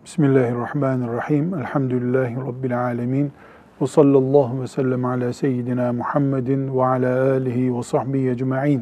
Bismillahirrahmanirrahim. Elhamdülillahi Rabbil alemin. Ve sallallahu ve sellem ala seyyidina Muhammedin ve ala alihi ve sahbihi ecma'in.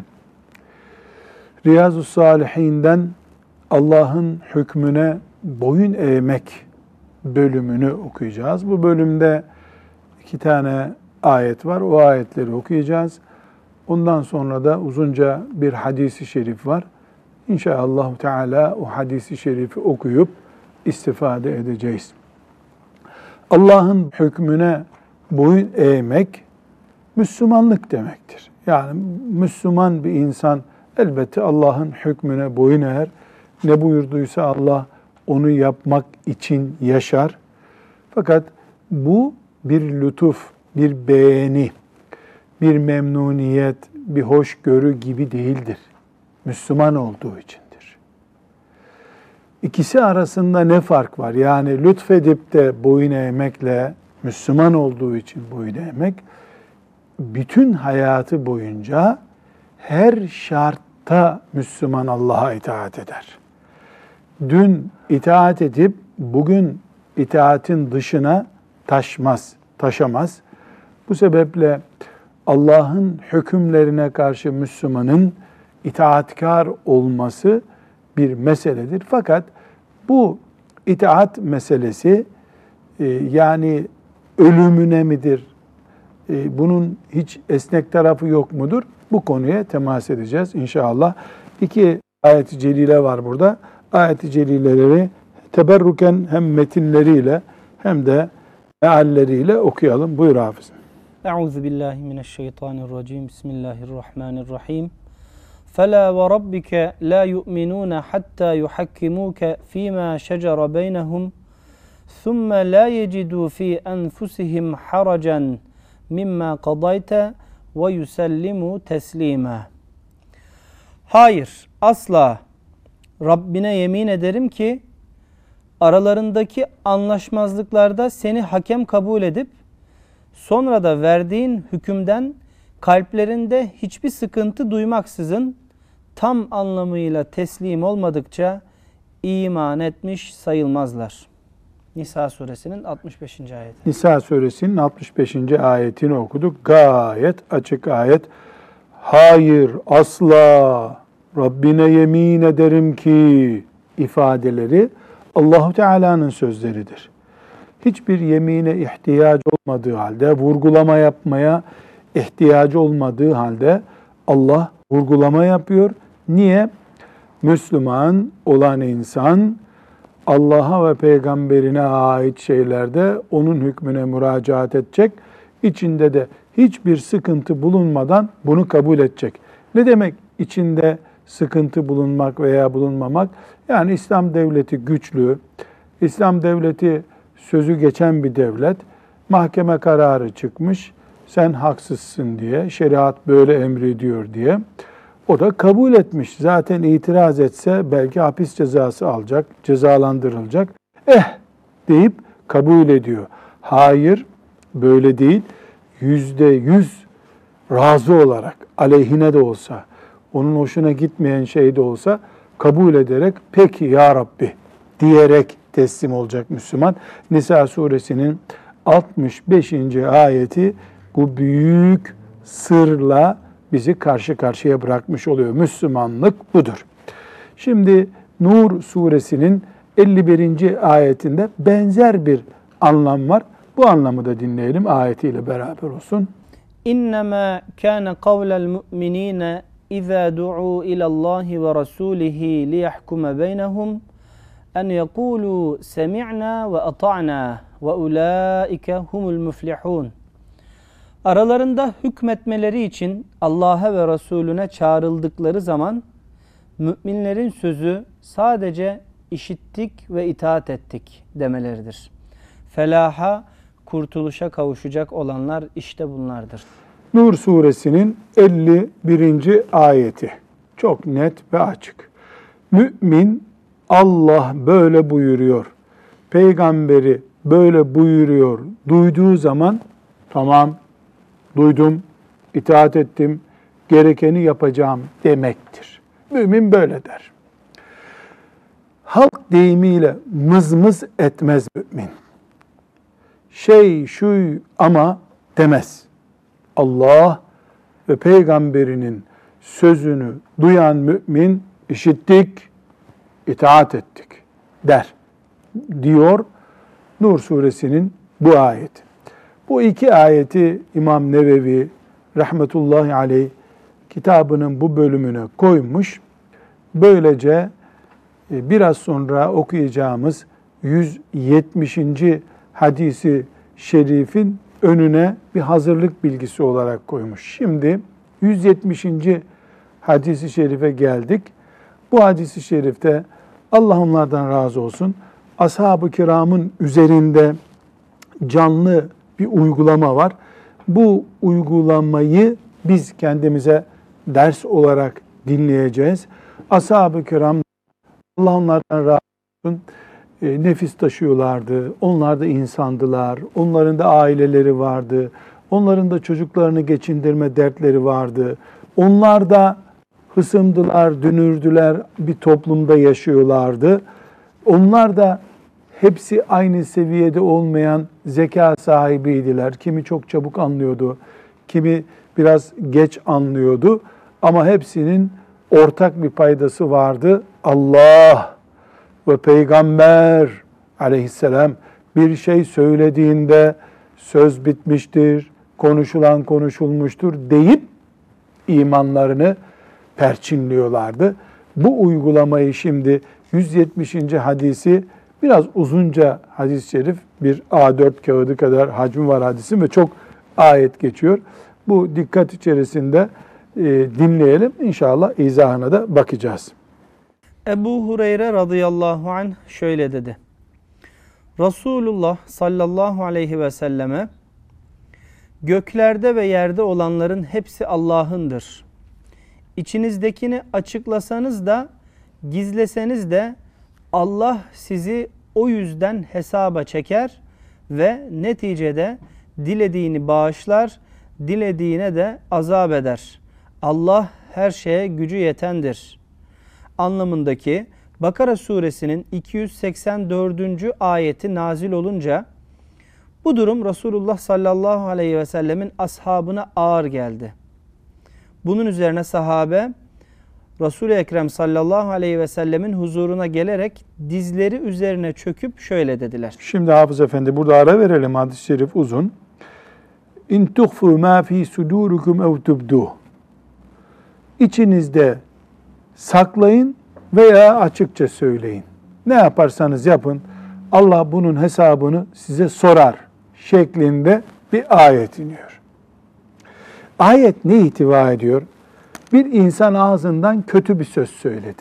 Riyazu's-Salihinden Allah'ın hükmüne boyun eğmek bölümünü okuyacağız. Bu bölümde 2 tane ayet var. O ayetleri okuyacağız. Ondan sonra da uzunca bir hadisi şerif var. İnşallah Teala o hadisi şerifi okuyup istifade edeceğiz. Allah'ın hükmüne boyun eğmek Müslümanlık demektir. Yani Müslüman bir insan elbette Allah'ın hükmüne boyun eğer. Ne buyurduysa Allah onu yapmak için yaşar. Fakat bu bir lütuf, bir beğeni, bir memnuniyet, bir hoşgörü gibi değildir. Müslüman olduğu içindir. İkisi arasında ne fark var? Yani lütfedip de boyun eğmekle Müslüman olduğu için boyun eğmek, bütün hayatı boyunca her şartta Müslüman Allah'a itaat eder. Dün itaat edip bugün itaatin dışına taşamaz. Bu sebeple Allah'ın hükümlerine karşı Müslümanın itaatkar olması bir meseledir. Fakat bu itaat meselesi yani ölümüne midir? Bunun hiç esnek tarafı yok mudur? Bu konuya temas edeceğiz inşallah. 2 ayet-i celile var burada. Ayet-i celileleri teberruken hem metinleriyle hem de mealleriyle okuyalım. Buyur hafızım. Euzubillahimineşşeytanirracim. Bismillahirrahmanirrahim. فَلَا وَرَبِّكَ لَا يُؤْمِنُونَ حَتَّى يُحَكِّمُوكَ فِي مَا شَجَرَ بَيْنَهُمْ ثُمَّ لَا يَجِدُوا فِي أَنفُسِهِمْ حَرَجًا مِمَّا قَضَيْتَ وَيُسَلِّمُوا تَسْلِيمًا. Hayır, asla. Rabbine yemin ederim ki aralarındaki anlaşmazlıklarda seni hakem kabul edip sonra da verdiğin hükümden kalplerinde hiçbir sıkıntı duymaksızın tam anlamıyla teslim olmadıkça iman etmiş sayılmazlar. Nisa suresinin 65. ayeti. Nisa suresinin 65. ayetini okuduk. Gayet açık ayet. Hayır, asla, Rabbine yemin ederim ki ifadeleri Allah-u Teala'nın sözleridir. Hiçbir yemine ihtiyaç olmadığı halde, vurgulama yapmaya ihtiyacı olmadığı halde Allah vurgulama yapıyor. Niye? Müslüman olan insan Allah'a ve peygamberine ait şeylerde onun hükmüne müracaat edecek. İçinde de hiçbir sıkıntı bulunmadan bunu kabul edecek. Ne demek içinde sıkıntı bulunmak veya bulunmamak? Yani İslam devleti güçlü, İslam devleti sözü geçen bir devlet, mahkeme kararı çıkmış, sen haksızsın diye, şeriat böyle emrediyor diye. O da kabul etmiş. Zaten itiraz etse belki hapis cezası alacak, cezalandırılacak. Deyip kabul ediyor. Hayır, böyle değil. %100 razı olarak, aleyhine de olsa, onun hoşuna gitmeyen şey de olsa kabul ederek peki ya Rabbi diyerek teslim olacak Müslüman. Nisa suresinin 65. ayeti bu büyük sırla bizi karşı karşıya bırakmış oluyor. Müslümanlık budur. Şimdi Nur suresinin 51. ayetinde benzer bir anlam var. Bu anlamı da dinleyelim, ayetiyle beraber olsun. İnnemâ kâne kavlel mu'minîne izâ du'û ilallâhi ve rasûlihi liyahkume beynehum en yekûlû semi'nâ ve ata'nâ ve ulâike humul müflihûn. Aralarında hükmetmeleri için Allah'a ve Resulüne çağrıldıkları zaman müminlerin sözü sadece işittik ve itaat ettik demeleridir. Felaha, kurtuluşa kavuşacak olanlar işte bunlardır. Nur suresinin 51. ayeti çok net ve açık. Mümin Allah böyle buyuruyor, peygamberi böyle buyuruyor duyduğu zaman tamam, duydum, itaat ettim, gerekeni yapacağım demektir. Mümin böyle der. halk deyimiyle mızmız etmez mümin. Şey, şu ama demez. Allah ve peygamberinin sözünü duyan mümin işittik, itaat ettik der diyor Nur suresinin bu ayeti. Bu iki ayeti İmam Nevevi rahmetullahi aleyh kitabının bu bölümüne koymuş. Böylece biraz sonra okuyacağımız 170. hadisi şerifin önüne bir hazırlık bilgisi olarak koymuş. Şimdi 170. hadisi şerife geldik. Bu hadisi şerifte Allah onlardan razı olsun, ashab-ı kiramın üzerinde canlı bir uygulama var. Bu uygulamayı biz kendimize ders olarak dinleyeceğiz. Ashab-ı kiram, Allah onlardan razı olsun, nefis taşıyorlardı. Onlar da insandılar. Onların da aileleri vardı. Onların da çocuklarını geçindirme dertleri vardı. Onlar da hısımdılar, dünürdüler, bir toplumda yaşıyorlardı. Onlar da hepsi aynı seviyede olmayan zeka sahibiydiler. Kimi çok çabuk anlıyordu, kimi biraz geç anlıyordu. Ama hepsinin ortak bir paydası vardı. Allah ve Peygamber aleyhisselam bir şey söylediğinde söz bitmiştir, konuşulan konuşulmuştur deyip imanlarını perçinliyorlardı. Bu uygulamayı şimdi 170. hadisi, biraz uzunca hadis-i şerif, bir A4 kağıdı kadar hacmi var hadisin ve çok ayet geçiyor. Bu dikkat içerisinde dinleyelim. İnşallah izahına da bakacağız. Ebu Hureyre radıyallahu anh şöyle dedi. Resulullah sallallahu aleyhi ve selleme, göklerde ve yerde olanların hepsi Allah'ındır. İçinizdekini açıklasanız da gizleseniz de Allah sizi o yüzden hesaba çeker ve neticede dilediğini bağışlar, dilediğine de azap eder. Allah her şeye gücü yetendir anlamındaki Bakara suresinin 284. ayeti nazil olunca bu durum Resulullah sallallahu aleyhi ve sellemin ashabına ağır geldi. Bunun üzerine sahabe Resul-i Ekrem sallallahu aleyhi ve sellemin huzuruna gelerek dizleri üzerine çöküp şöyle dediler. Şimdi Hafız Efendi burada ara verelim, hadis-i şerif uzun. İn tuhfu ma fi sudurukum ev tubduh. İçinizde saklayın veya açıkça söyleyin. Ne yaparsanız yapın, Allah bunun hesabını size sorar şeklinde bir ayet iniyor. Ayet ne ihtiva ediyor? Bir insan ağzından kötü bir söz söyledi.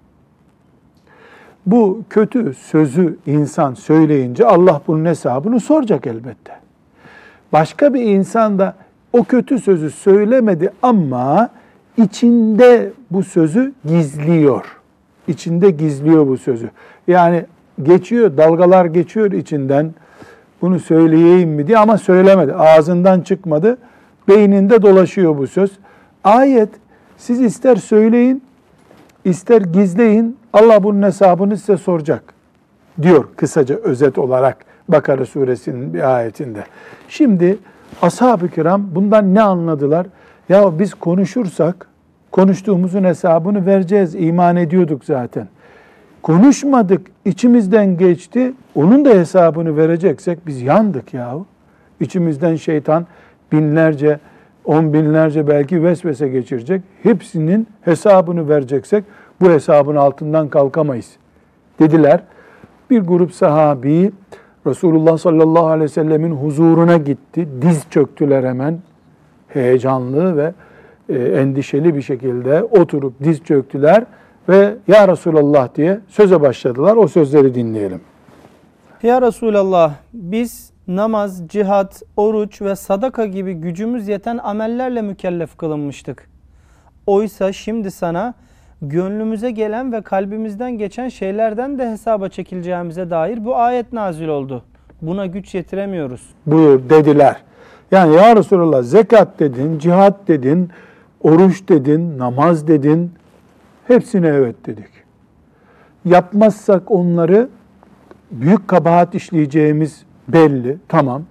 Bu kötü sözü insan söyleyince Allah bunun hesabını soracak elbette. Başka bir insan da o kötü sözü söylemedi ama içinde bu sözü gizliyor. İçinde gizliyor bu sözü. Yani geçiyor, dalgalar geçiyor içinden. Bunu söyleyeyim mi diye ama söylemedi. Ağzından çıkmadı. Beyninde dolaşıyor bu söz. Ayet, siz ister söyleyin, ister gizleyin, Allah bunun hesabını size soracak diyor kısaca, özet olarak Bakara suresinin bir ayetinde. Şimdi ashab-ı kiram bundan ne anladılar? Ya biz konuşursak konuştuğumuzun hesabını vereceğiz, iman ediyorduk zaten. Konuşmadık, içimizden geçti, onun da hesabını vereceksek biz yandık yahu. İçimizden şeytan binlerce, on binlerce belki vesvese geçirecek. Hepsinin hesabını vereceksek bu hesabın altından kalkamayız dediler. Bir grup sahabi Resulullah sallallahu aleyhi ve sellemin huzuruna gitti. Diz çöktüler hemen. Heyecanlı ve endişeli bir şekilde oturup diz çöktüler ve Ya Resulallah diye söze başladılar. O sözleri dinleyelim. Ya Resulallah, biz namaz, cihat, oruç ve sadaka gibi gücümüz yeten amellerle mükellef kılınmıştık. Oysa şimdi sana gönlümüze gelen ve kalbimizden geçen şeylerden de hesaba çekileceğimize dair bu ayet nazil oldu. Buna güç yetiremiyoruz. Buyur dediler. Yani Ya Resulallah, zekat dedin, cihat dedin, oruç dedin, namaz dedin. Hepsine evet dedik. Yapmazsak onları büyük kabahat işleyeceğimiz belli. Tamam.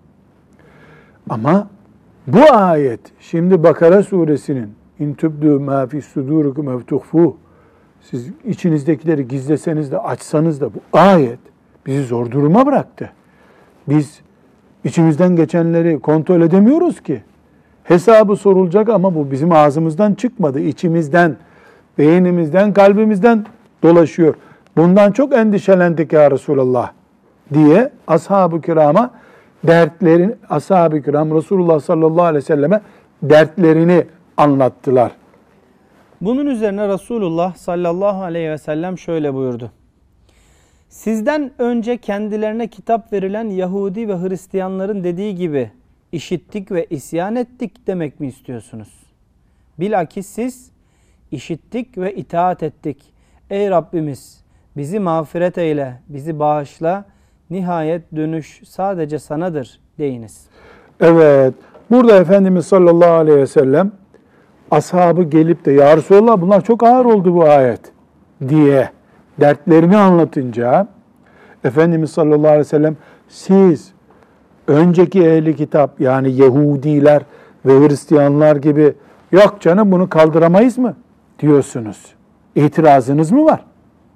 Ama bu ayet, şimdi Bakara suresinin İn tübdû mâ fî sudûrikum ev tuhfûh, siz içinizdekileri gizleseniz de açsanız da, bu ayet bizi zor duruma bıraktı. Biz içimizden geçenleri kontrol edemiyoruz ki. Hesabı sorulacak ama bu bizim ağzımızdan çıkmadı. İçimizden, beynimizden, kalbimizden dolaşıyor. Bundan çok endişelendik ya Resulallah diye ashab-ı kirama ashab-ı kiram Resulullah sallallahu aleyhi ve selleme dertlerini anlattılar. Bunun üzerine Resulullah sallallahu aleyhi ve sellem şöyle buyurdu. Sizden önce kendilerine kitap verilen Yahudi ve Hristiyanların dediği gibi işittik ve isyan ettik demek mi istiyorsunuz? Bilakis siz işittik ve itaat ettik. Ey Rabbimiz bizi mağfiret eyle, bizi bağışla, nihayet dönüş sadece sanadır deyiniz. Evet, burada Efendimiz sallallahu aleyhi ve sellem ashabı gelip de ya Resulallah bunlar çok ağır oldu bu ayet diye dertlerini anlatınca Efendimiz sallallahu aleyhi ve sellem siz önceki ehli kitap yani Yahudiler ve Hristiyanlar gibi yok canım bunu kaldıramayız mı diyorsunuz? İtirazınız mı var?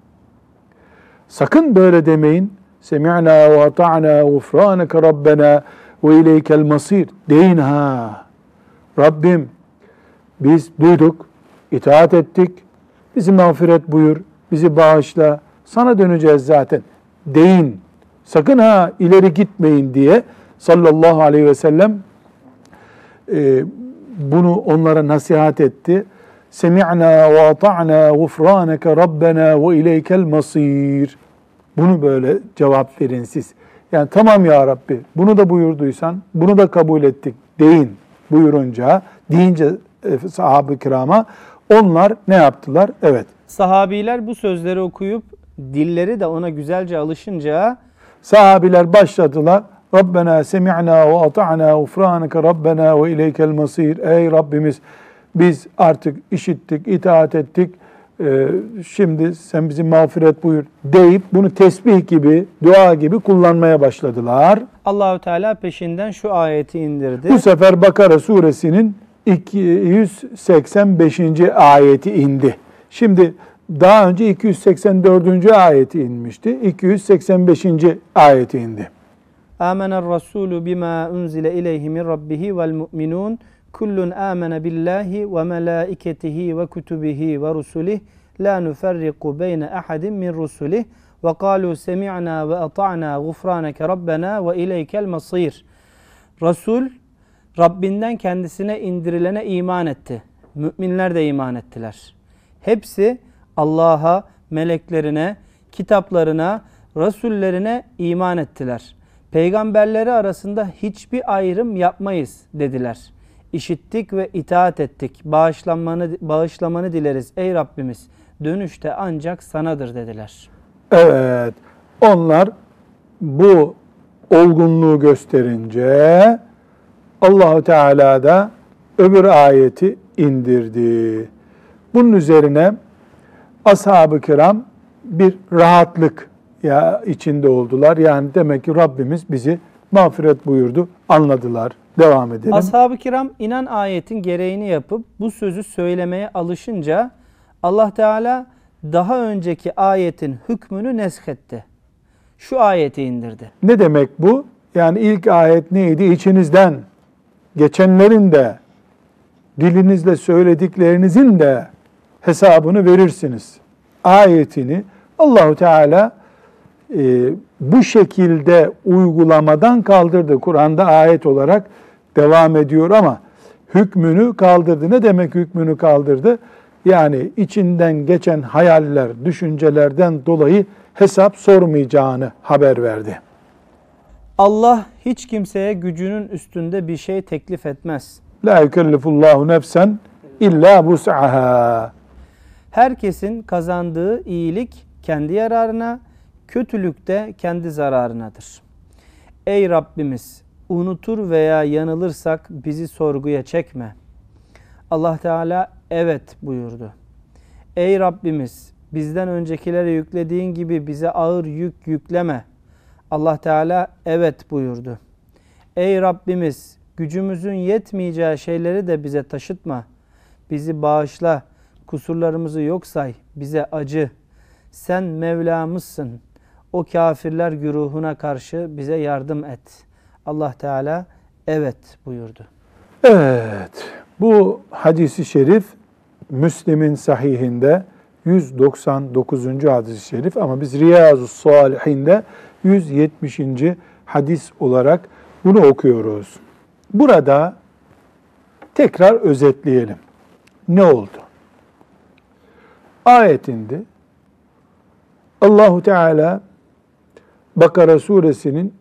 Sakın böyle demeyin. Semi'na ve ata'na gufraneke rabbena ve ileykel masir deyin ha. Rabbim biz duyduk, itaat ettik, bizi mağfiret buyur, bizi bağışla, sana döneceğiz zaten deyin. Sakın ha ileri gitmeyin diye sallallahu aleyhi ve sellem bunu onlara nasihat etti. Semi'na ve ata'na gufraneke rabbena ve ileykel masir. Bunu böyle cevap verin siz. Yani tamam ya Rabbi bunu da buyurduysan bunu da kabul ettik deyin buyurunca deyince sahabe-i kirama onlar ne yaptılar? Evet. Sahabiler bu sözleri okuyup dilleri de ona güzelce alışınca sahabiler başladılar. Rabbena semi'na ve ata'na gufraneke rabbena ve ileykel masir. Ey Rabbimiz biz artık işittik, itaat ettik. Şimdi sen bizi mağfiret buyur deyip bunu tesbih gibi, dua gibi kullanmaya başladılar. Allahü Teala peşinden şu ayeti indirdi. Bu sefer Bakara suresinin 285. ayeti indi. Şimdi daha önce 284. ayeti inmişti. 285. ayeti indi. Âmener rasûlü bimâ unzile ileyhi min rabbihi vel mu'minûn kullun âmene billahi ve melâiketihi ve kutubihi ve rusulih la nuferriku beyne ahadin min rusulih ve kâlû semi'nâ ve ata'nâ gufrâneke rabbena ve ileykel masîr. Resul Rabbinden kendisine indirilene iman etti. Müminler de iman ettiler. Hepsi Allah'a, meleklerine, kitaplarına, Resullerine iman ettiler. Peygamberleri arasında hiçbir ayrım yapmayız dediler. İşittik ve itaat ettik. Bağışlamanı dileriz ey Rabbimiz. Dönüşte ancak sanadır dediler. Evet. Onlar bu olgunluğu gösterince Allah-u Teala da öbür ayeti indirdi. Bunun üzerine ashab-ı kiram bir rahatlık içinde oldular. Yani demek ki Rabbimiz bizi mağfiret buyurdu. Anladılar. Devam edelim. Ashab-ı kiram inen ayetin gereğini yapıp bu sözü söylemeye alışınca Allah Teala daha önceki ayetin hükmünü neshetti. Şu ayeti indirdi. Ne demek bu? Yani ilk ayet neydi? İçinizden geçenlerin de dilinizle söylediklerinizin de hesabını verirsiniz. Ayetini Allahu Teala bu şekilde uygulamadan kaldırdı. Kur'an'da ayet olarak devam ediyor ama hükmünü kaldırdı. Ne demek hükmünü kaldırdı? Yani içinden geçen hayaller, düşüncelerden dolayı hesap sormayacağını haber verdi. Allah hiç kimseye gücünün üstünde bir şey teklif etmez. La yükellifullahu nefsen illa vus'aha. Herkesin kazandığı iyilik kendi yararına, kötülük de kendi zararınadır. Ey Rabbimiz, unutur veya yanılırsak bizi sorguya çekme. Allah Teala evet buyurdu. Ey Rabbimiz, bizden öncekilere yüklediğin gibi bize ağır yük yükleme. Allah Teala evet buyurdu. Ey Rabbimiz, gücümüzün yetmeyeceği şeyleri de bize taşıtma. Bizi bağışla, kusurlarımızı yok say, bize acı. Sen Mevlamızsın. O kafirler güruhuna karşı bize yardım et. Allah Teala evet buyurdu. Evet, bu hadisi şerif Müslim'in sahihinde 199. hadis-i şerif ama biz Riyazu Salihinde 170. hadis olarak bunu okuyoruz. Burada tekrar özetleyelim. Ne oldu? Ayetinde Allahu Teala Bakara suresinin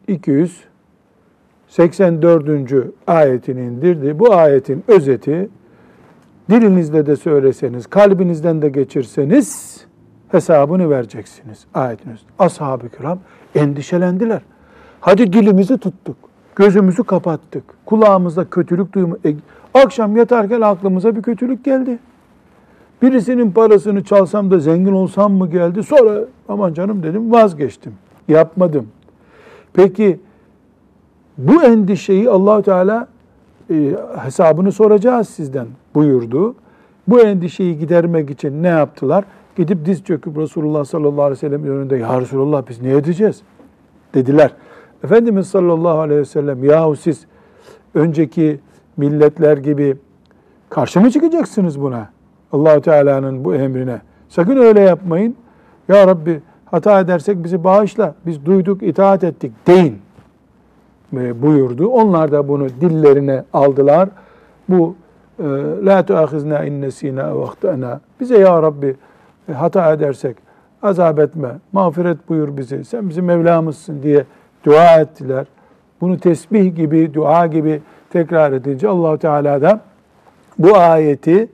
284. ayetini indirdi. Bu ayetin özeti, dilinizle de söyleseniz, kalbinizden de geçirseniz hesabını vereceksiniz. Ayetin özeti. Ashab-ı kiram endişelendiler. Hadi dilimizi tuttuk, gözümüzü kapattık, kulağımızda kötülük akşam yatarken aklımıza bir kötülük geldi. Birisinin parasını çalsam da zengin olsam mı geldi? Sonra aman canım dedim, vazgeçtim. Yapmadım. Peki bu endişeyi Allah-u Teala hesabını soracağız sizden buyurdu. Bu endişeyi gidermek için ne yaptılar? Gidip diz çöküp Resulullah sallallahu aleyhi ve sellem'in önünde ya Resulullah biz ne edeceğiz? Dediler. Efendimiz sallallahu aleyhi ve sellem yahu siz önceki milletler gibi karşı mı çıkacaksınız buna? Allah-u Teala'nın bu emrine. Sakın öyle yapmayın. Ya Rabbi hata edersek bizi bağışla. Biz duyduk, itaat ettik deyin buyurdu. Onlar da bunu dillerine aldılar. Bu la tuahizna in nesina ve ahtana. Bize ya Rabbi hata edersek azap etme, mağfiret buyur bizi. Sen bizim Mevlamızsın diye dua ettiler. Bunu tesbih gibi, dua gibi tekrar edince Allah-u Teala da bu ayeti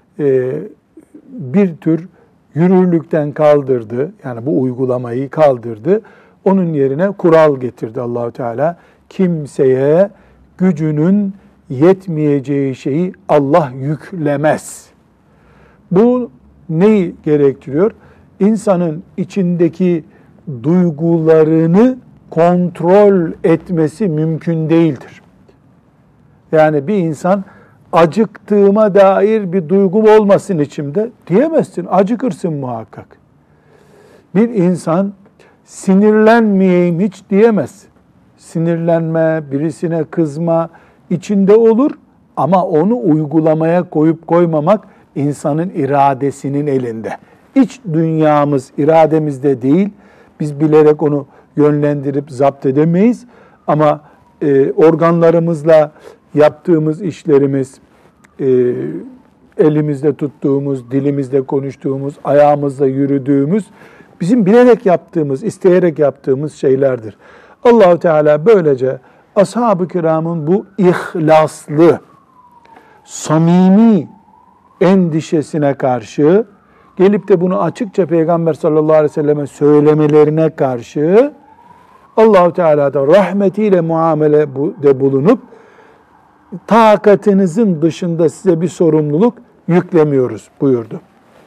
bir tür yürürlükten kaldırdı. Yani bu uygulamayı kaldırdı. Onun yerine kural getirdi Allah-u Teala. Kimseye gücünün yetmeyeceği şeyi Allah yüklemez. Bu neyi gerektiriyor? İnsanın içindeki duygularını kontrol etmesi mümkün değildir. Yani bir insan acıktığıma dair bir duygum olmasın içimde diyemezsin. Acıkırsın muhakkak. Bir insan sinirlenmeyeyim hiç diyemez. Sinirlenme, birisine kızma içinde olur ama onu uygulamaya koyup koymamak insanın iradesinin elinde. İç dünyamız irademizde değil. Biz bilerek onu yönlendirip zapt edemeyiz ama organlarımızla yaptığımız işlerimiz, elimizde tuttuğumuz, dilimizde konuştuğumuz, ayağımızla yürüdüğümüz, bizim bilerek yaptığımız, isteyerek yaptığımız şeylerdir. Allah-u Teala böylece ashab-ı kiramın bu ihlaslı, samimi endişesine karşı, gelip de bunu açıkça Peygamber sallallahu aleyhi ve selleme söylemelerine karşı, Allah-u Teala da rahmetiyle muamelede bulunup, takatınızın dışında size bir sorumluluk yüklemiyoruz buyurdu.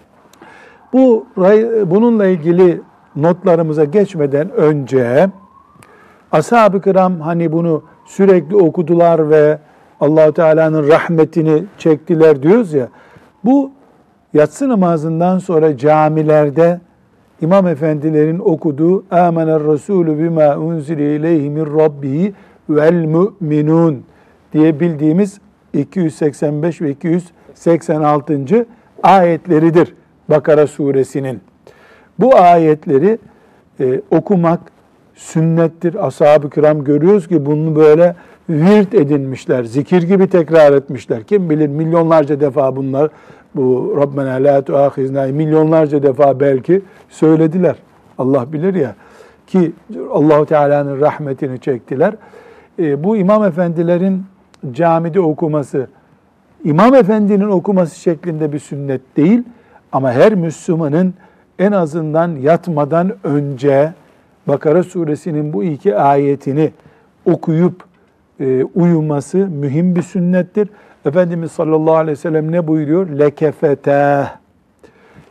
Bununla ilgili notlarımıza geçmeden önce ashab-ı kiram hani bunu sürekli okudular ve Allah-u Teala'nın rahmetini çektiler diyoruz ya. Bu yatsı namazından sonra camilerde İmam efendilerin okuduğu "Âmener Rasûlü bimâ unzile ileyhi min rabbihi vel mu'minun" diye bildiğimiz 285 ve 286. ayetleridir Bakara suresinin. Bu ayetleri okumak sünnettir. Ashab-ı kiram görüyoruz ki bunu böyle virt edinmişler, zikir gibi tekrar etmişler. Kim bilir milyonlarca defa bunlar, bu Rabbena la tuahizna milyonlarca defa belki söylediler. Allah bilir ya ki Allah-u Teala'nın rahmetini çektiler. Bu imam efendilerin camide okuması, imam efendinin okuması şeklinde bir sünnet değil ama her Müslümanın en azından yatmadan önce Bakara suresinin bu iki ayetini okuyup uyuması mühim bir sünnettir. Efendimiz sallallahu aleyhi ve sellem ne buyuruyor? Lekefeteh.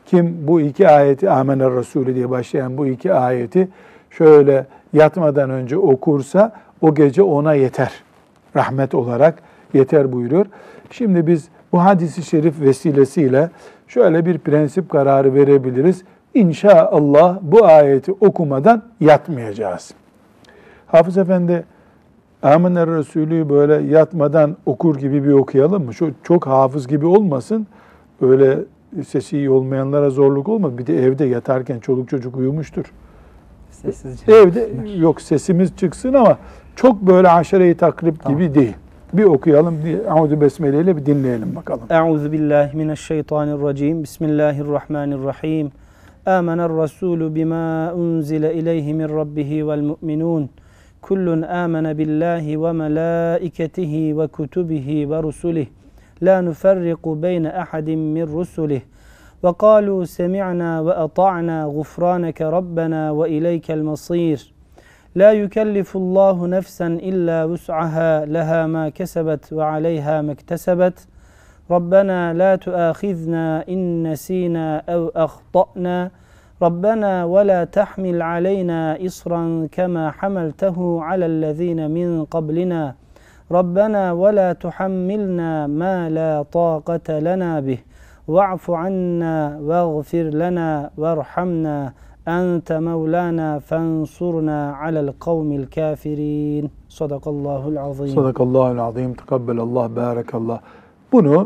Kim bu iki ayeti, Amener Resulü diye başlayan bu iki ayeti şöyle yatmadan önce okursa o gece ona yeter. Rahmet olarak yeter buyuruyor. Şimdi biz bu hadisi şerif vesilesiyle şöyle bir prensip kararı verebiliriz. İnşallah bu ayeti okumadan yatmayacağız. Hafız Efendi, Amener Resulü'yü böyle yatmadan okur gibi bir okuyalım mı? Çok hafız gibi olmasın. Öyle sesi iyi olmayanlara zorluk olmaz. Bir de evde yatarken çoluk çocuk uyumuştur. Sessizce. Evde yok, sesimiz çıksın ama çok böyle aşere-i takrib gibi değil. Bir okuyalım, Euzu Besmele ile bir dinleyelim bakalım. Euzu billahi mineşşeytanirracim. Bismillahirrahmanirrahim. Amener Resulü bima unzile ileyhi min rabbihi vel mu'minun. Kullun amene billahi ve melaiketihi ve kutubihi ve rusulihi. La nuferriku beyne ahadin min rusulihi. Ve kalu semi'na ve ata'na gufraneke rabbena ve ileykel masir. La yukellifullahu nefsen illa vus'aha leha ma kesebet ve aleyha mektesebet. Rabbena la tuâkhizna in nesînâ ev ahta'na. Rabbena ve la tahmil aleyna isran kema hamaltehu alellezîne min qablina. Rabbena ve la tuhammilna ma la tâqate lena bih. Va'fu anna veğfir lena verhamna. Ente mevlana fensurna alel kavmil kafirin. Sadakallahul azim. Sadakallahul azim. Tekabbelallah, barakallah. Bunu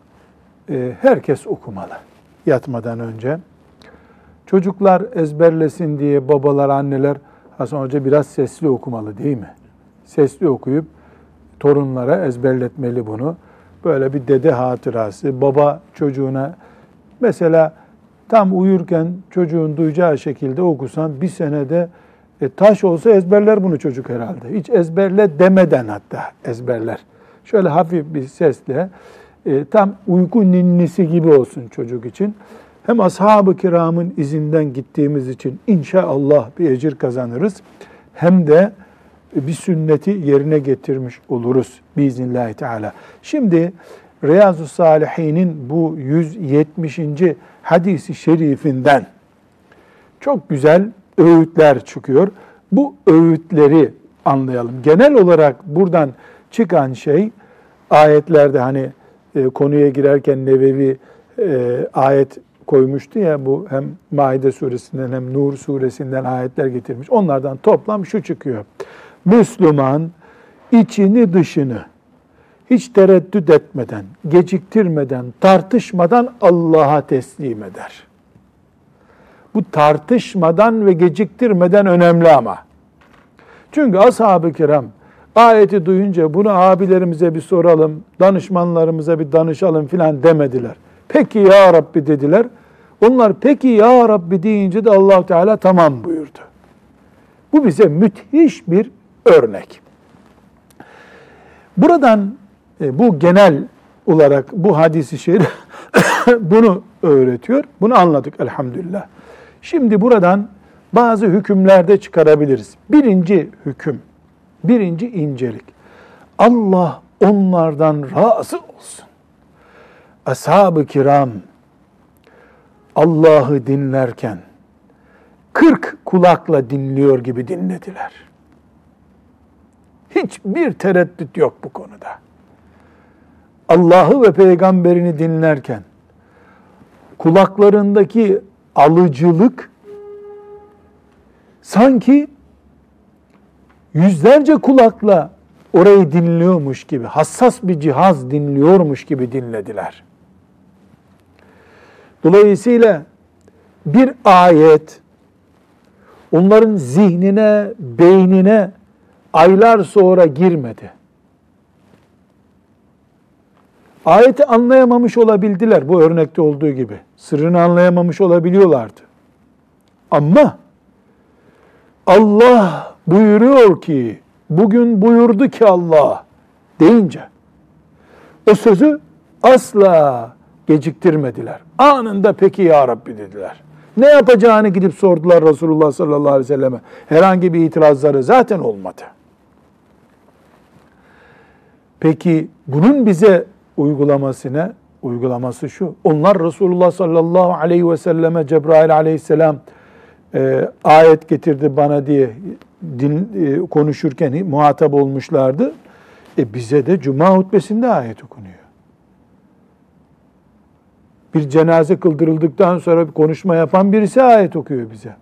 herkes okumalı yatmadan önce. Çocuklar ezberlesin diye babalar, anneler Hasan Hoca biraz sesli okumalı değil mi? Sesli okuyup torunlara ezberletmeli bunu. Böyle bir dede hatırası. Baba çocuğuna mesela tam uyurken çocuğun duyacağı şekilde okusan bir senede taş olsa ezberler bunu çocuk herhalde. Hiç ezberle demeden hatta ezberler. Şöyle hafif bir sesle tam uyku ninnisi gibi olsun çocuk için. Hem ashab-ı kiramın izinden gittiğimiz için inşallah bir ecir kazanırız. Hem de bir sünneti yerine getirmiş oluruz biiznillahü teala. Şimdi Riyazu Salihin'in bu 170. hadisi şerifinden çok güzel öğütler çıkıyor. Bu öğütleri anlayalım. Genel olarak buradan çıkan şey ayetlerde hani konuya girerken Nevevi ayet koymuştu ya, bu hem Maide suresinden hem Nur suresinden ayetler getirmiş. Onlardan toplam şu çıkıyor. Müslüman içini dışını hiç tereddüt etmeden, geciktirmeden, tartışmadan Allah'a teslim eder. Bu tartışmadan ve geciktirmeden önemli ama. Çünkü ashab-ı kiram ayeti duyunca bunu abilerimize bir soralım, danışmanlarımıza bir danışalım filan demediler. Peki ya Rabbi dediler. Onlar peki ya Rabbi deyince de Allah Teala tamam buyurdu. Bu bize müthiş bir örnek. Buradan bu genel olarak bu hadisi şerif bunu öğretiyor. Bunu anladık elhamdülillah. Şimdi buradan bazı hükümlerde çıkarabiliriz. Birinci hüküm, birinci incelik. Allah onlardan razı olsun. Ashab-ı kiram Allah'ı dinlerken 40 kulakla dinliyor gibi dinlediler. Hiçbir tereddüt yok bu konuda. Allah'ı ve peygamberini dinlerken kulaklarındaki alıcılık sanki yüzlerce kulakla orayı dinliyormuş gibi, hassas bir cihaz dinliyormuş gibi dinlediler. Dolayısıyla bir ayet onların zihnine, beynine aylar sonra girmedi. Ayeti anlayamamış olabildiler bu örnekte olduğu gibi. Sırrını anlayamamış olabiliyorlardı. Ama Allah buyuruyor ki, bugün buyurdu ki Allah deyince o sözü asla geciktirmediler. Anında peki ya Rabbi dediler. Ne yapacağını gidip sordular Resulullah sallallahu aleyhi ve selleme. Herhangi bir itirazları zaten olmadı. Peki bunun bize uygulaması ne? Uygulaması şu. Onlar Resulullah sallallahu aleyhi ve selleme Cebrail aleyhisselam ayet getirdi bana diye konuşurken muhatap olmuşlardı. Bize de Cuma hutbesinde ayet okunuyor. Bir cenaze kıldırıldıktan sonra bir konuşma yapan birisi ayet okuyor bize.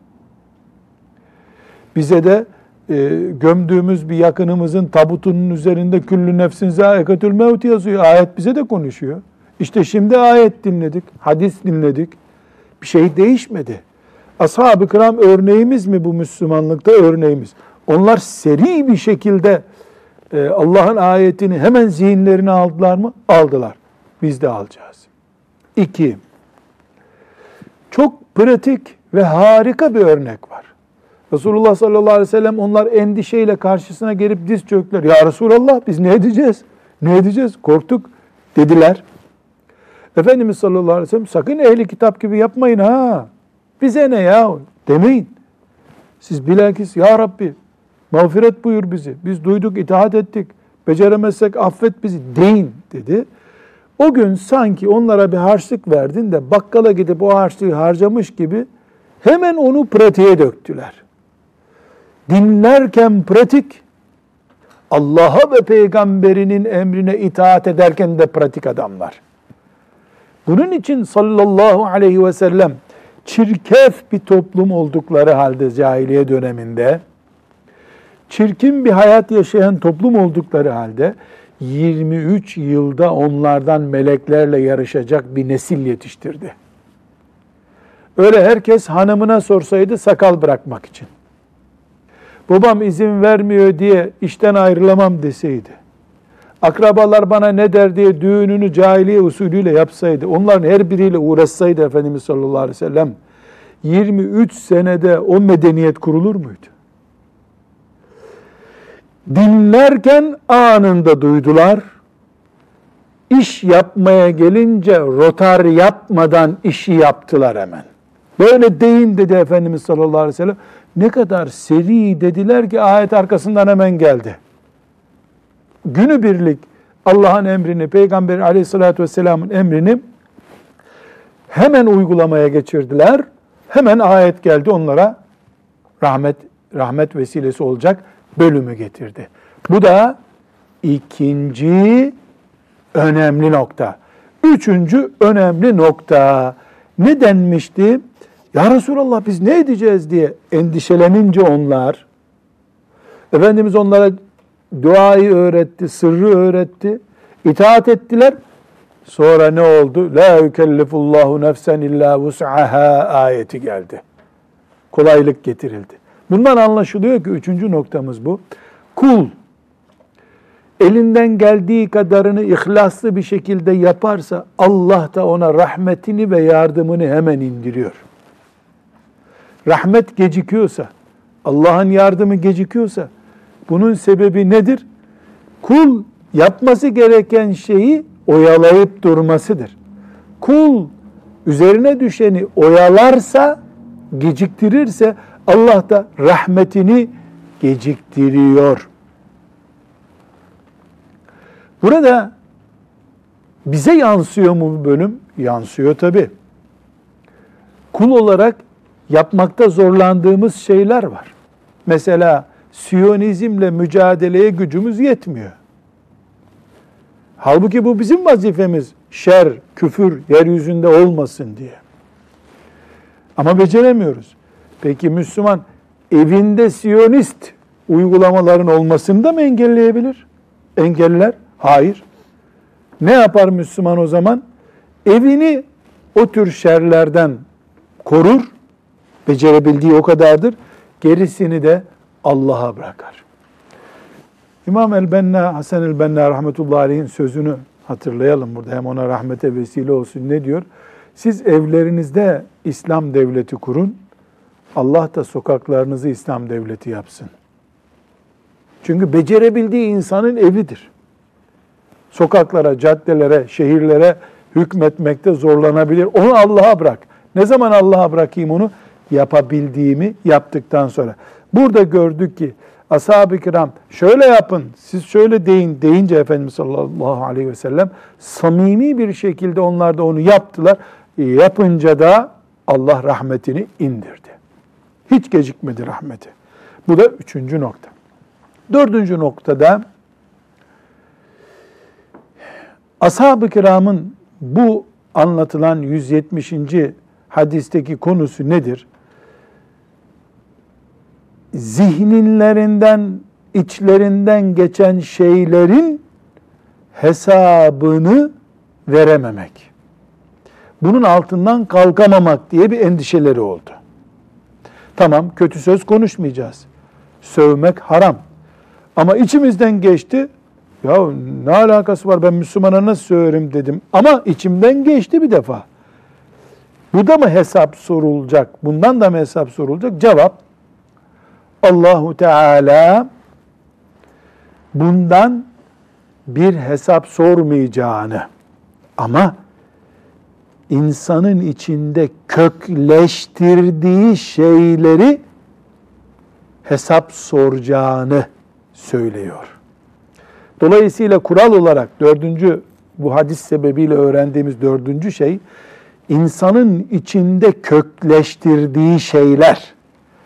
Bize de gömdüğümüz bir yakınımızın tabutunun üzerinde küllü nefsin zâikatül mevt yazıyor. Ayet bize de konuşuyor. İşte şimdi ayet dinledik, hadis dinledik. Bir şey değişmedi. Ashab-ı kiram örneğimiz mi bu Müslümanlıkta? Örneğimiz. Onlar seri bir şekilde Allah'ın ayetini hemen zihinlerine aldılar mı? Aldılar. Biz de alacağız. 2. Çok pratik ve harika bir örnek var. Resulullah sallallahu aleyhi ve sellem onlar endişeyle karşısına gelip diz çöktüler. Ya Resulallah biz ne edeceğiz? Ne edeceğiz? Korktuk dediler. Efendimiz sallallahu aleyhi ve sellem sakın ehli kitap gibi yapmayın ha. Bize ne ya demeyin. Siz bilakis ya Rabbi mağfiret buyur bizi. Biz duyduk, itaat ettik. Beceremezsek affet bizi deyin dedi. O gün sanki onlara bir harçlık verdin de bakkala gidip o harçlığı harcamış gibi hemen onu pratiğe döktüler. Dinlerken pratik, Allah'a ve peygamberinin emrine itaat ederken de pratik adamlar. Bunun için sallallahu aleyhi ve sellem çirkef bir toplum oldukları halde cahiliye döneminde, çirkin bir hayat yaşayan toplum oldukları halde 23 yılda onlardan meleklerle yarışacak bir nesil yetiştirdi. Öyle herkes hanımına sorsaydı sakal bırakmak için. Babam izin vermiyor diye işten ayrılamam deseydi. Akrabalar bana ne der diye düğününü cahiliye usulüyle yapsaydı. Onların her biriyle uğraşsaydı Efendimiz sallallahu aleyhi ve sellem 23 senede o medeniyet kurulur muydu? Dinlerken anında duydular. İş yapmaya gelince rotar yapmadan işi yaptılar hemen. Böyle deyin dedi Efendimiz sallallahu aleyhi ve sellem. Ne kadar seri dediler ki ayet arkasından hemen geldi. Günübirlik Allah'ın emrini, Peygamber aleyhissalatü vesselamın emrini hemen uygulamaya geçirdiler. Hemen ayet geldi onlara rahmet vesilesi olacak bölümü getirdi. Bu da ikinci önemli nokta. Üçüncü önemli nokta. Ne denmişti? Ya Resulallah biz ne edeceğiz diye endişelenince onlar, Efendimiz onlara duayı öğretti, sırrı öğretti, itaat ettiler. Sonra ne oldu? La yükellifullahu nefsen illa vus'aha ayeti geldi. Kolaylık getirildi. Bundan anlaşılıyor ki üçüncü noktamız bu. Kul elinden geldiği kadarını ihlaslı bir şekilde yaparsa Allah da ona rahmetini ve yardımını hemen indiriyor. Rahmet gecikiyorsa, Allah'ın yardımı gecikiyorsa bunun sebebi nedir? Kul yapması gereken şeyi oyalayıp durmasıdır. Kul üzerine düşeni oyalarsa, geciktirirse Allah da rahmetini geciktiriyor. Burada bize yansıyor mu bu bölüm? Yansıyor tabii. Kul olarak yapmakta zorlandığımız şeyler var. Mesela Siyonizmle mücadeleye gücümüz yetmiyor. Halbuki bu bizim vazifemiz. Şer, küfür yeryüzünde olmasın diye. Ama beceremiyoruz. Peki Müslüman evinde Siyonist uygulamaların olmasını da mı engelleyebilir? Engeller? Hayır. Ne yapar Müslüman o zaman? Evini o tür şerlerden korur. Becerebildiği o kadardır. Gerisini de Allah'a bırakar. İmam el-Benna, Hasan el-Benna rahmetullahi aleyhin sözünü hatırlayalım burada. Hem ona rahmete vesile olsun. Ne diyor? Siz evlerinizde İslam devleti kurun. Allah da sokaklarınızı İslam devleti yapsın. Çünkü becerebildiği insanın evidir. Sokaklara, caddelere, şehirlere hükmetmekte zorlanabilir. Onu Allah'a bırak. Ne zaman Allah'a bırakayım onu? Yapabildiğimi yaptıktan sonra. Burada gördük ki ashab-ı kiram şöyle yapın, siz şöyle deyin deyince Efendimiz sallallahu aleyhi ve sellem samimi bir şekilde onlar da onu yaptılar. Yapınca da Allah rahmetini indirdi. Hiç gecikmedi rahmeti. Bu da üçüncü nokta. Dördüncü noktada ashab-ı kiramın bu anlatılan 170. hadisteki konusu nedir? Zihinlerinden, içlerinden geçen şeylerin hesabını verememek. Bunun altından kalkamamak diye bir endişeleri oldu. Tamam, kötü söz konuşmayacağız. Sövmek haram. Ama içimizden geçti. Ya ne alakası var, ben Müslümana nasıl söverim dedim. Ama içimden geçti bir defa. Bu da mı hesap sorulacak? Bundan da mı hesap sorulacak? Cevap, Allahu Teala bundan bir hesap sormayacağını ama insanın içinde kökleştirdiği şeyleri hesap soracağını söylüyor. Dolayısıyla kural olarak bu hadis sebebiyle öğrendiğimiz dördüncü şey, insanın içinde kökleştirdiği şeyler,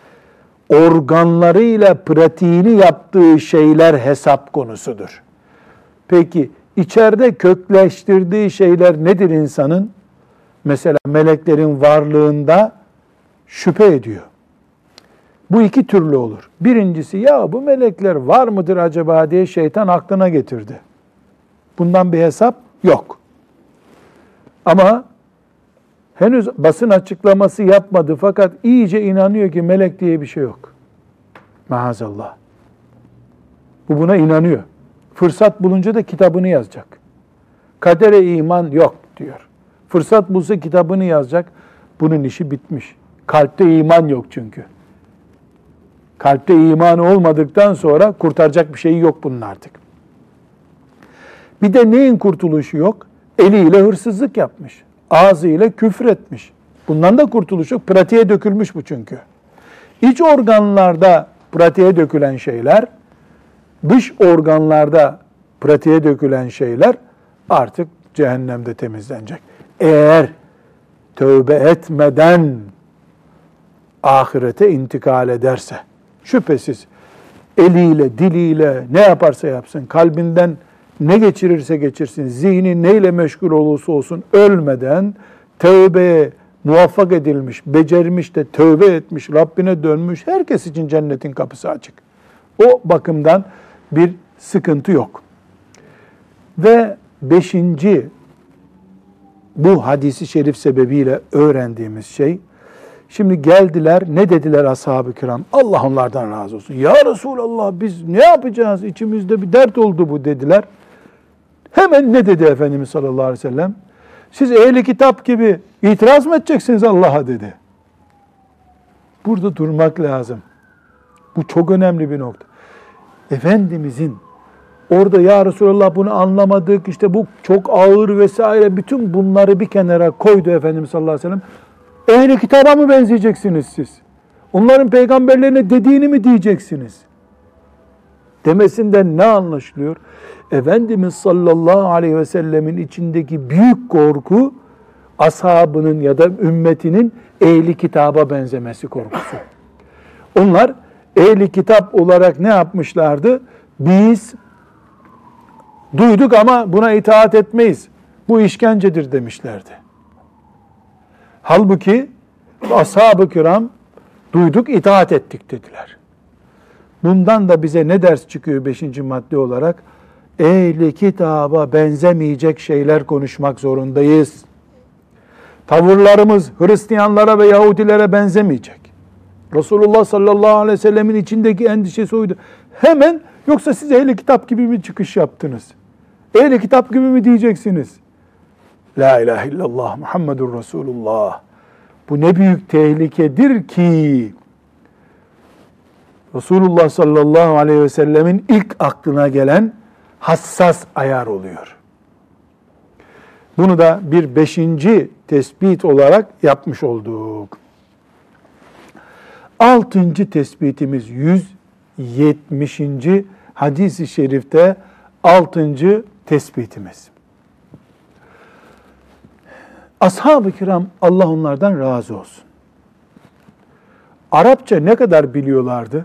organlarıyla pratiğini yaptığı şeyler hesap konusudur. Peki içeride kökleştirdiği şeyler nedir insanın? Mesela meleklerin varlığında şüphe ediyor. Bu iki türlü olur. Birincisi, ya bu melekler var mıdır acaba diye şeytan aklına getirdi. Bundan bir hesap yok. Ama henüz basın açıklaması yapmadı fakat iyice inanıyor ki melek diye bir şey yok. Maazallah. Bu buna inanıyor. Fırsat bulunca da kitabını yazacak. Kadere iman yok diyor. Fırsat bulsa kitabını yazacak. Bunun işi bitmiş. Kalpte iman yok çünkü. Kalpte imanı olmadıktan sonra kurtaracak bir şey yok bunun artık. Bir de neyin kurtuluşu yok? Eliyle hırsızlık yapmış. Ağzıyla küfür etmiş. Bundan da kurtuluş yok. Pratiğe dökülmüş bu çünkü. İç organlarda pratiğe dökülen şeyler, dış organlarda pratiğe dökülen şeyler artık cehennemde temizlenecek. Eğer tövbe etmeden ahirete intikal ederse, şüphesiz eliyle, diliyle ne yaparsa yapsın, kalbinden ne geçirirse geçirsin, zihni neyle meşgul olursa olsun ölmeden tövbeye muvaffak edilmiş, becermiş de tövbe etmiş, Rabbine dönmüş, herkes için cennetin kapısı açık. O bakımdan bir sıkıntı yok. Ve beşinci, bu hadisi şerif sebebiyle öğrendiğimiz şey, şimdi geldiler, ne dediler ashab-ı kiram? Allah onlardan razı olsun. Ya Resulallah, biz ne yapacağız? İçimizde bir dert oldu bu dediler. Hemen ne dedi Efendimiz sallallahu aleyhi ve sellem? Siz ehli kitap gibi itiraz mı edeceksiniz Allah'a dedi. Burada durmak lazım. Bu çok önemli bir nokta. Efendimizin orada ya Resulallah bunu anlamadık, işte bu çok ağır vesaire, bütün bunları bir kenara koydu Efendimiz sallallahu aleyhi ve sellem. Ehli kitaba mı benzeyeceksiniz siz? Onların peygamberlerine dediğini mi diyeceksiniz? Demesinden ne anlaşılıyor? Efendimiz sallallahu aleyhi ve sellemin içindeki büyük korku, ashabının ya da ümmetinin ehli kitaba benzemesi korkusu. Onlar ehli kitap olarak ne yapmışlardı? Biz duyduk ama buna itaat etmeyiz. Bu işkencedir demişlerdi. Halbuki ashab-ı kiram duyduk, itaat ettik dediler. Bundan da bize ne ders çıkıyor 5. madde olarak? Ehli kitaba benzemeyecek şeyler konuşmak zorundayız. Tavırlarımız Hristiyanlara ve Yahudilere benzemeyecek. Resulullah sallallahu aleyhi ve sellemin içindeki endişesi oydu. Hemen, yoksa siz ehli kitap gibi mi çıkış yaptınız? Ehli kitap gibi mi diyeceksiniz? La ilahe illallah Muhammedur Resulullah. Bu ne büyük tehlikedir ki Resulullah sallallahu aleyhi ve sellemin ilk aklına gelen hassas ayar oluyor. Bunu da bir 5. tespit olarak yapmış olduk. 6. tespitimiz 70. hadis-i şerifte 6. tespitimiz. Ashab-ı kiram, Allah onlardan razı olsun, Arapça ne kadar biliyorlardı?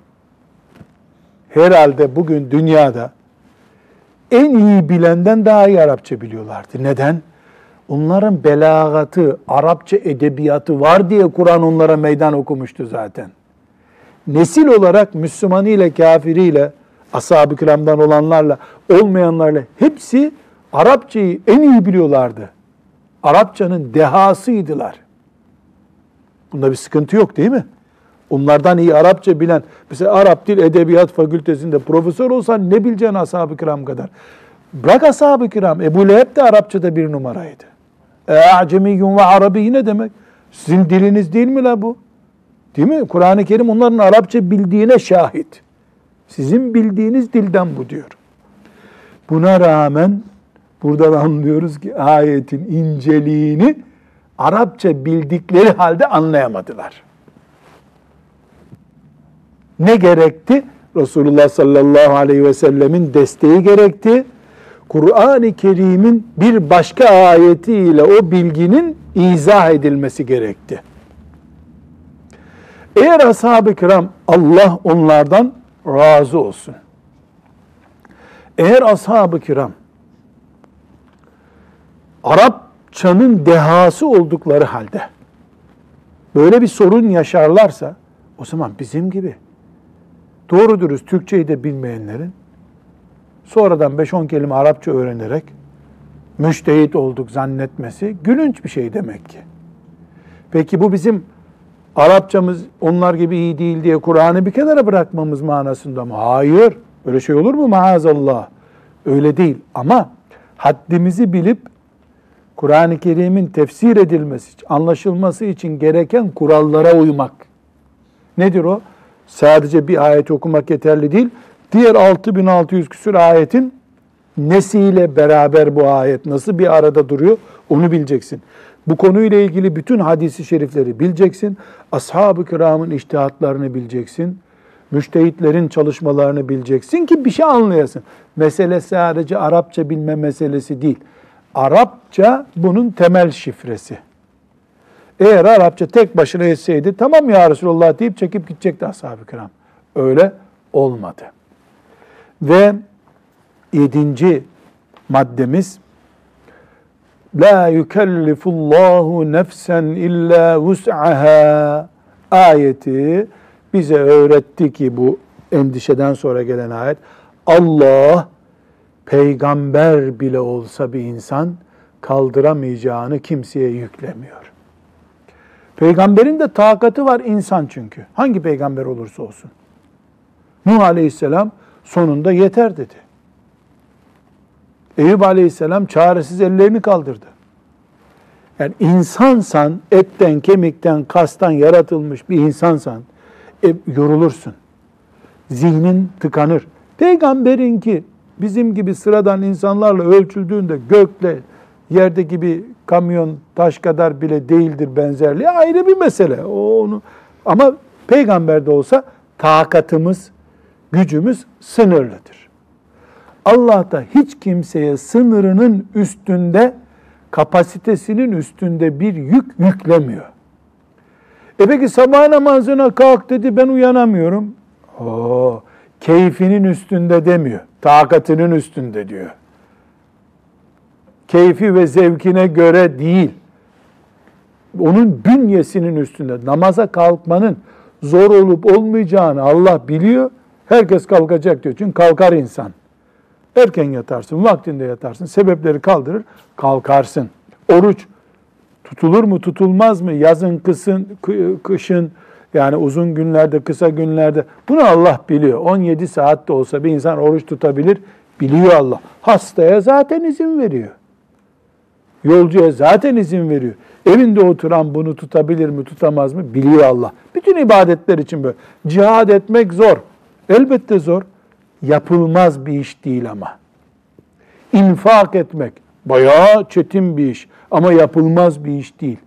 Herhalde bugün dünyada en iyi bilenden daha iyi Arapça biliyorlardı. Neden? Onların belagatı, Arapça edebiyatı var diye Kur'an onlara meydan okumuştu zaten. Nesil olarak Müslümanıyla, kafiriyle, ashab-ı kiramdan olanlarla, olmayanlarla hepsi Arapçayı en iyi biliyorlardı. Arapçanın dehasıydılar. Bunda bir sıkıntı yok değil mi? Onlardan iyi Arapça bilen, mesela Arap Dil Edebiyat Fakültesinde profesör olsan ne bileceksin ashab-ı kiram kadar? Bırak ashab-ı kiram, Ebu Leheb de Arapçada bir numaraydı. A'cemiyyun ve Arabi ne demek? Sizin diliniz değil mi la bu? Değil mi? Kur'an-ı Kerim onların Arapça bildiğine şahit. Sizin bildiğiniz dilden bu diyor. Buna rağmen buradan anlıyoruz ki ayetin inceliğini Arapça bildikleri halde anlayamadılar. Ne gerekti? Resulullah sallallahu aleyhi ve sellemin desteği gerekti. Kur'an-ı Kerim'in bir başka ayetiyle o bilginin izah edilmesi gerekti. Eğer ashab-ı kiram, Allah onlardan razı olsun, eğer ashab-ı kiram Arapçanın dehası oldukları halde böyle bir sorun yaşarlarsa, o zaman bizim gibi doğru dürüst Türkçeyi de bilmeyenlerin sonradan 5-10 kelime Arapça öğrenerek müştehit olduk zannetmesi gülünç bir şey demek ki. Peki bu bizim Arapçamız onlar gibi iyi değil diye Kur'an'ı bir kenara bırakmamız manasında mı? Hayır. Öyle şey olur mu? Maazallah. Öyle değil. Ama haddimizi bilip Kur'an-ı Kerim'in tefsir edilmesi, anlaşılması için gereken kurallara uymak. Nedir o? Sadece bir ayet okumak yeterli değil. Diğer 6600 küsur ayetin nesiyle beraber bu ayet nasıl bir arada duruyor onu bileceksin. Bu konuyla ilgili bütün hadis-i şerifleri bileceksin. Ashab-ı kiramın içtihatlarını bileceksin. Müştehitlerin çalışmalarını bileceksin ki bir şey anlayasın. Mesele sadece Arapça bilme meselesi değil. Arapça bunun temel şifresi. Eğer Arapça tek başına etseydi tamam ya Resulullah deyip çekip gidecekti ashab-ı kiram. Öyle olmadı. Ve 7. maddemiz La yukellifullahu nefsen illa vus'aha ayeti bize öğretti ki bu endişeden sonra gelen ayet, Allah peygamber bile olsa bir insan kaldıramayacağını kimseye yüklemiyor. Peygamberin de takatı var insan çünkü. Hangi peygamber olursa olsun. Nuh Aleyhisselam sonunda yeter dedi. Eyüp Aleyhisselam çaresiz ellerini kaldırdı. Yani insansan, etten, kemikten, kastan yaratılmış bir insansan yorulursun. Zihnin tıkanır. Peygamberinki bizim gibi sıradan insanlarla ölçüldüğünde gökle yerdeki bir kamyon taş kadar bile değildir benzerliği ayrı bir mesele. Ama peygamber de olsa takatımız, gücümüz sınırlıdır. Allah da hiç kimseye sınırının üstünde, kapasitesinin üstünde bir yük yüklemiyor. Peki sabah namazına kalk dedi, ben uyanamıyorum. Keyfinin üstünde demiyor, takatının üstünde diyor. Keyfi ve zevkine göre değil, onun bünyesinin üstünde. Namaza kalkmanın zor olup olmayacağını Allah biliyor. Herkes kalkacak diyor. Çünkü kalkar insan. Erken yatarsın, vaktinde yatarsın, sebepleri kaldırır, kalkarsın. Oruç tutulur mu, tutulmaz mı? Yazın, kışın, yani uzun günlerde, kısa günlerde. Bunu Allah biliyor. 17 saat de olsa bir insan oruç tutabilir, biliyor Allah. Hastaya zaten izin veriyor. Yolcuya zaten izin veriyor. Evinde oturan bunu tutabilir mi, tutamaz mı? Biliyor Allah. Bütün ibadetler için böyle. Cihad etmek zor. Elbette zor. Yapılmaz bir iş değil ama. İnfak etmek bayağı çetin bir iş ama yapılmaz bir iş değil.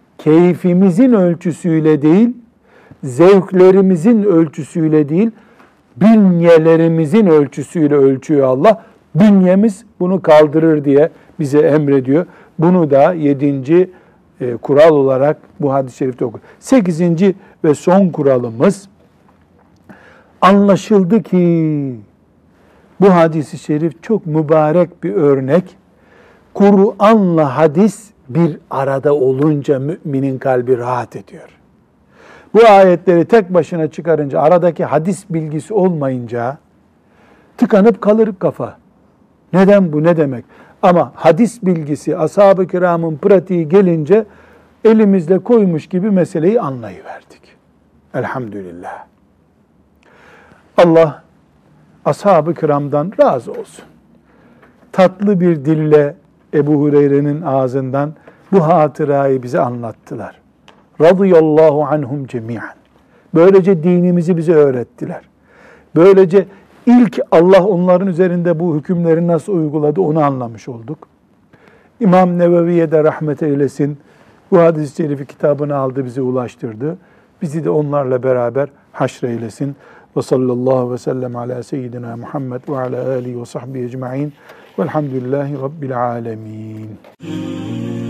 Keyfimizin ölçüsüyle değil, zevklerimizin ölçüsüyle değil, Bünyelerimizin ölçüsüyle ölçüyor Allah. Bünyemiz bunu kaldırır diye bize emrediyor. Bunu da 7. Kural olarak bu hadis-i şerifte okur. 8. ve son kuralımız, anlaşıldı ki bu hadis-i şerif çok mübarek bir örnek. Kur'an'la hadis bir arada olunca müminin kalbi rahat ediyor. Bu ayetleri tek başına çıkarınca, aradaki hadis bilgisi olmayınca tıkanıp kalır kafa. Neden bu, ne demek? Ama hadis bilgisi, ashab-ı kiramın pratiği gelince elimizle koymuş gibi meseleyi anlayıverdik. Elhamdülillah. Allah ashab-ı kiramdan razı olsun. Tatlı bir dille Ebu Hureyre'nin ağzından bu hatırayı bize anlattılar. Radıyallahu anhum cemiyen. Böylece dinimizi bize öğrettiler. Böylece ilk Allah onların üzerinde bu hükümleri nasıl uyguladı onu anlamış olduk. İmam Nevevi'ye de rahmet eylesin. Bu hadis-i şerifi kitabını aldı, bize ulaştırdı. Bizi de onlarla beraber haşreylesin. Ve sallallahu ve sellem ala seyyidina Muhammed ve ala alihi ve sahbihi ecma'in. Velhamdülillahi Rabbil alemin.